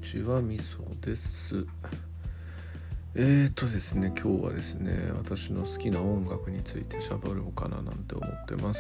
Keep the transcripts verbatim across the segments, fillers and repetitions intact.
ちは、みそです。えーとですね、今日はですね、私の好きな音楽について喋ろうかななんて思ってます。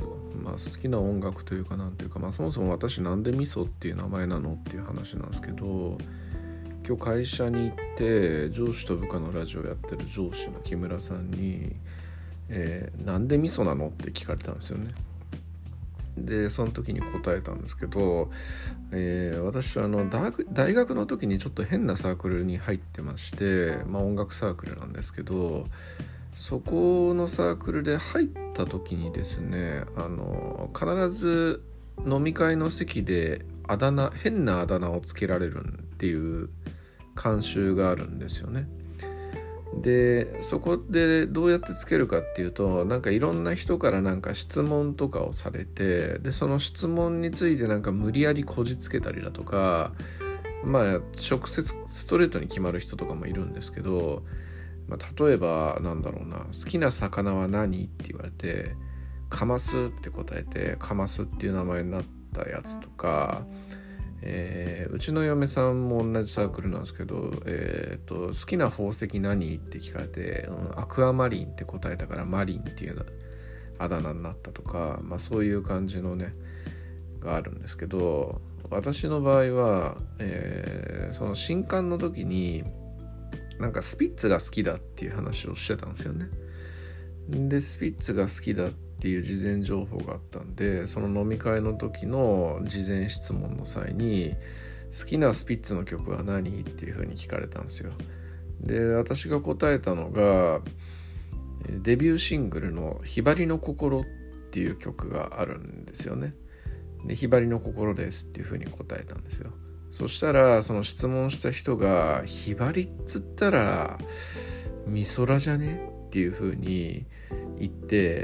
まあ好きな音楽というかなんていうか、まあそもそも私なんでみそっていう名前なのっていう話なんですけど、今日会社に行って上司と部下のラジオやってる上司の木村さんに、えー、なんでみそなのって聞かれたんですよね。でその時に答えたんですけど、えー、私はあの 大, 大学の時にちょっと変なサークルに入ってまして、まあ、音楽サークルなんですけど、そこのサークルで入った時にですね、あの必ず飲み会の席であだ名変なあだ名をつけられるっていう慣習があるんですよね。でそこでどうやってつけるかっていうと、なんかいろんな人からなんか質問とかをされて、でその質問についてなんか無理やりこじつけたりだとか、まあ直接ストレートに決まる人とかもいるんですけど、まあ、例えばなんだろうな、好きな魚は何って言われてカマスって答えて、カマスっていう名前になったやつとか、えー、うちの嫁さんも同じサークルなんですけど、えー、と好きな宝石何って聞かれて、うん、アクアマリンって答えたからマリンっていうあだ名になったとか、まあ、そういう感じのねがあるんですけど、私の場合は、えー、その新刊の時になんかスピッツが好きだっていう話をしてたんですよね。でスピッツが好きだっていう事前情報があったんで、その飲み会の時の事前質問の際に好きなスピッツの曲は何っていう風に聞かれたんですよ。で私が答えたのがデビューシングルのひばりの心っていう曲があるんですよね。でひばりの心ですっていう風に答えたんですよ。そしたらその質問した人が、ひばりっつったらみそらじゃねっていう風に言って、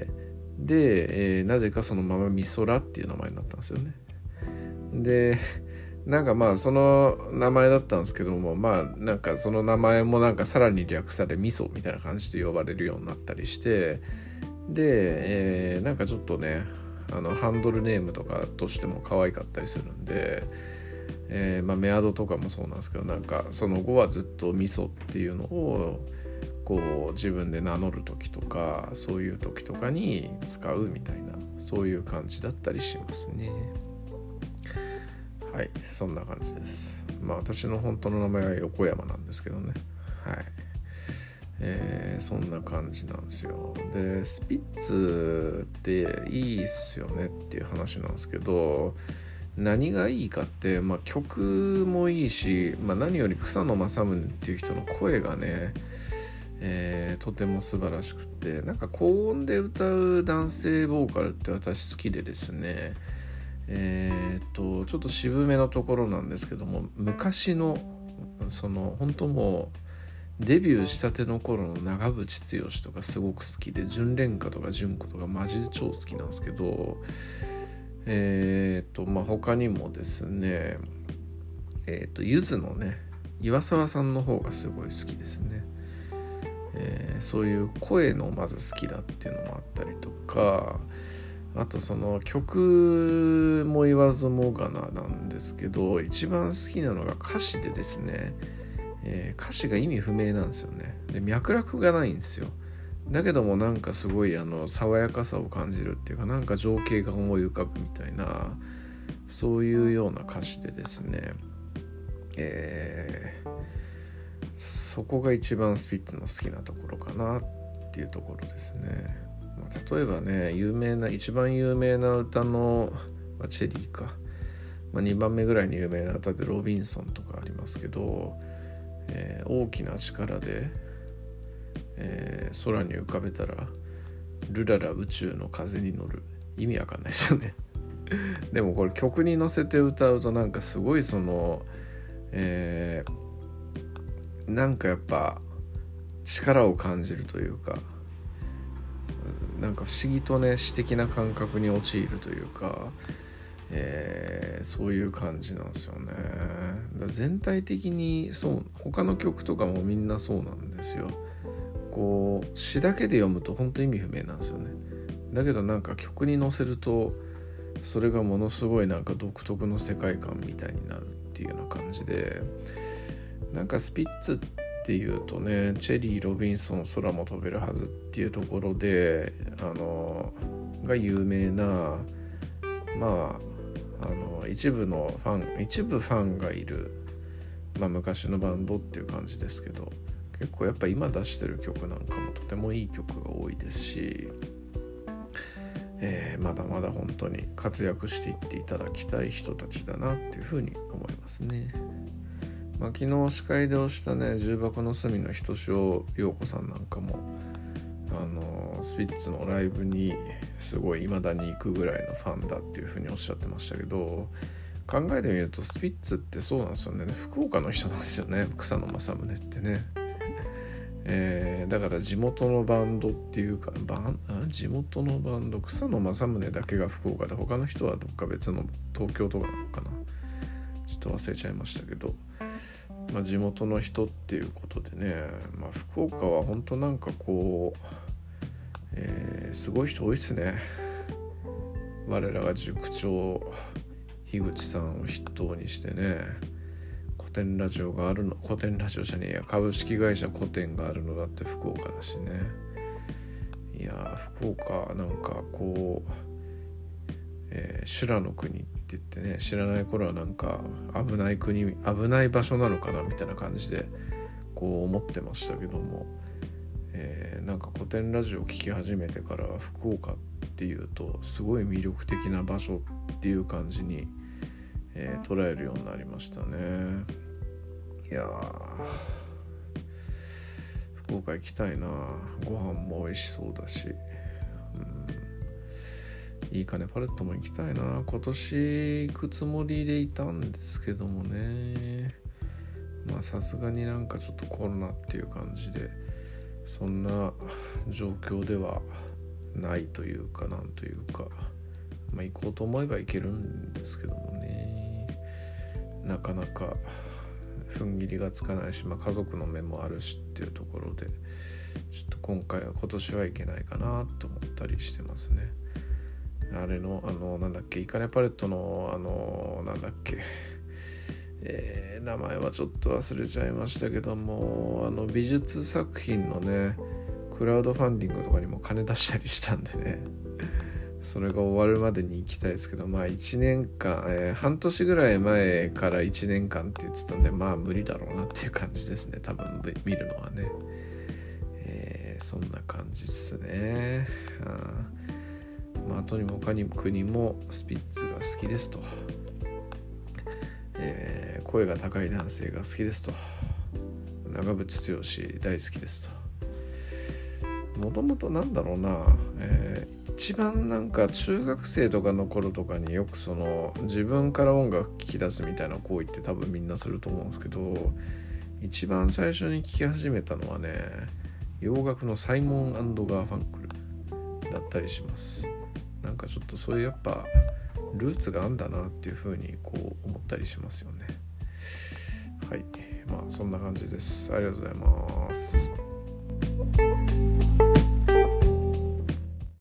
で、えー、なぜかそのままみそらっていう名前になったんですよね。でなんかまあその名前だったんですけども、まあなんかその名前もなんかさらに略されみそみたいな感じで呼ばれるようになったりして、で、えー、なんかちょっとね、あのハンドルネームとかとしても可愛かったりするんで、えー、まあメアドとかもそうなんですけど、なんかその後はずっとみそっていうのをこう自分で名乗る時とか、そういう時とかに使うみたいな、そういう感じだったりしますね。はい、そんな感じです。まあ私の本当の名前は横山なんですけどね。はい、えー、そんな感じなんですよ。でスピッツっていいっすよねっていう話なんですけど、何がいいかって、まあ、曲もいいし、まあ、何より草野正宗っていう人の声がね、えー、とても素晴らしくて、なんか高音で歌う男性ボーカルって私好きでですね、えー、っとちょっと渋めのところなんですけども、昔のその本当もうデビューしたての頃の長渕剛とかすごく好きで、純恋歌とか純子とかマジで超好きなんですけど、えーとまあ、他にもですね、えーとゆずのね岩沢さんの方がすごい好きですね。えー、そういう声のまず好きだっていうのもあったりとか、あとその曲も言わずもがななんですけど、一番好きなのが歌詞でですね、えー、歌詞が意味不明なんですよね。で脈絡がないんですよ。だけどもなんかすごいあの爽やかさを感じるっていうか、なんか情景が思い浮かぶみたいな、そういうような歌詞でですね、えー、そこが一番スピッツの好きなところかなっていうところですね。まあ、例えばね、有名な一番有名な歌の、まあ、チェリーか、まあ、にばんめぐらいに有名な歌でロビンソンとかありますけど、えー、大きな力でえー、空に浮かべたらルララ宇宙の風に乗る、意味わかんないですよねでもこれ曲に乗せて歌うとなんかすごいその、えー、なんかやっぱ力を感じるというか、なんか不思議とね詩的な感覚に陥るというか、えー、そういう感じなんですよね。だ全体的にそう、他の曲とかもみんなそうなんですよ。こう詩だけで読むと本当意味不明なんですよね。だけどなんか曲に乗せるとそれがものすごいなんか独特の世界観みたいになるっていうような感じで、なんかスピッツっていうとね、チェリー・ロビンソン空も飛べるはずっていうところであのが有名な、まああの一部のファン一部ファンがいる、まあ、昔のバンドっていう感じですけど、結構やっぱ今出してる曲なんかもとてもいい曲が多いですし、えー、まだまだ本当に活躍していっていただきたい人たちだなっていうふうに思いますね。まあ、昨日司会で押したね、重箱の隅のひとしお陽子さんなんかもあのスピッツのライブにすごい未だに行くぐらいのファンだっていうふうにおっしゃってましたけど、考えてみるとスピッツってそうなんですよね、福岡の人なんですよね、草野正宗ってね。えー、だから地元のバンドっていうかバンあ地元のバンド草野正宗だけが福岡で、他の人はどっか別の東京とかなのかな、ちょっと忘れちゃいましたけど、まあ、地元の人っていうことでね、まあ、福岡は本当なんかこう、えー、すごい人多いっすね。我らが塾長樋口さんを筆頭にしてね、古典ラジオがあるの、古典ラジオじゃねえや、株式会社古典があるのだって福岡だしね。いや福岡なんかこう、えー、修羅の国って言ってね、知らない頃はなんか危ない国、危ない場所なのかなみたいな感じでこう思ってましたけども、えー、なんか古典ラジオを聞き始めてから福岡っていうとすごい魅力的な場所っていう感じに、えー、捉えるようになりましたね。いや福岡行きたいな、ご飯も美味しそうだし、うん、いいかねパレットも行きたいな。今年行くつもりでいたんですけどもね、まあさすがになんかちょっとコロナっていう感じでそんな状況ではないというか、なんというか、まあ行こうと思えば行けるんですけどもね、なかなか踏ん切りがつかないし、まあ、家族の目もあるしっていうところで、ちょっと今回は今年はいけないかなと思ったりしてますね。あれのあのなんだっけ、イカネパレットのあのなんだっけ、えー、名前はちょっと忘れちゃいましたけども、あの美術作品のねクラウドファンディングとかにも金出したりしたんでね、それが終わるまでに行きたいですけど、まあいちねんかん、えー、半年ぐらい前からいちねんかんって言ってたんで、まあ無理だろうなっていう感じですね、多分見るのはね。えー、そんな感じっすね。あまあとにもかに国もスピッツが好きですと、えー、声が高い男性が好きですと、長渕剛大好きですと。もともとなんだろうな、えー、一番なんか中学生とかの頃とかによくその自分から音楽聴き出すみたいな行為って多分みんなすると思うんですけど、一番最初に聴き始めたのはね、洋楽のサイモン&ガーファンクルだったりします。なんかちょっとそういうやっぱルーツがあんだなっていう風にこう思ったりしますよね。はい、まあそんな感じです。ありがとうございます。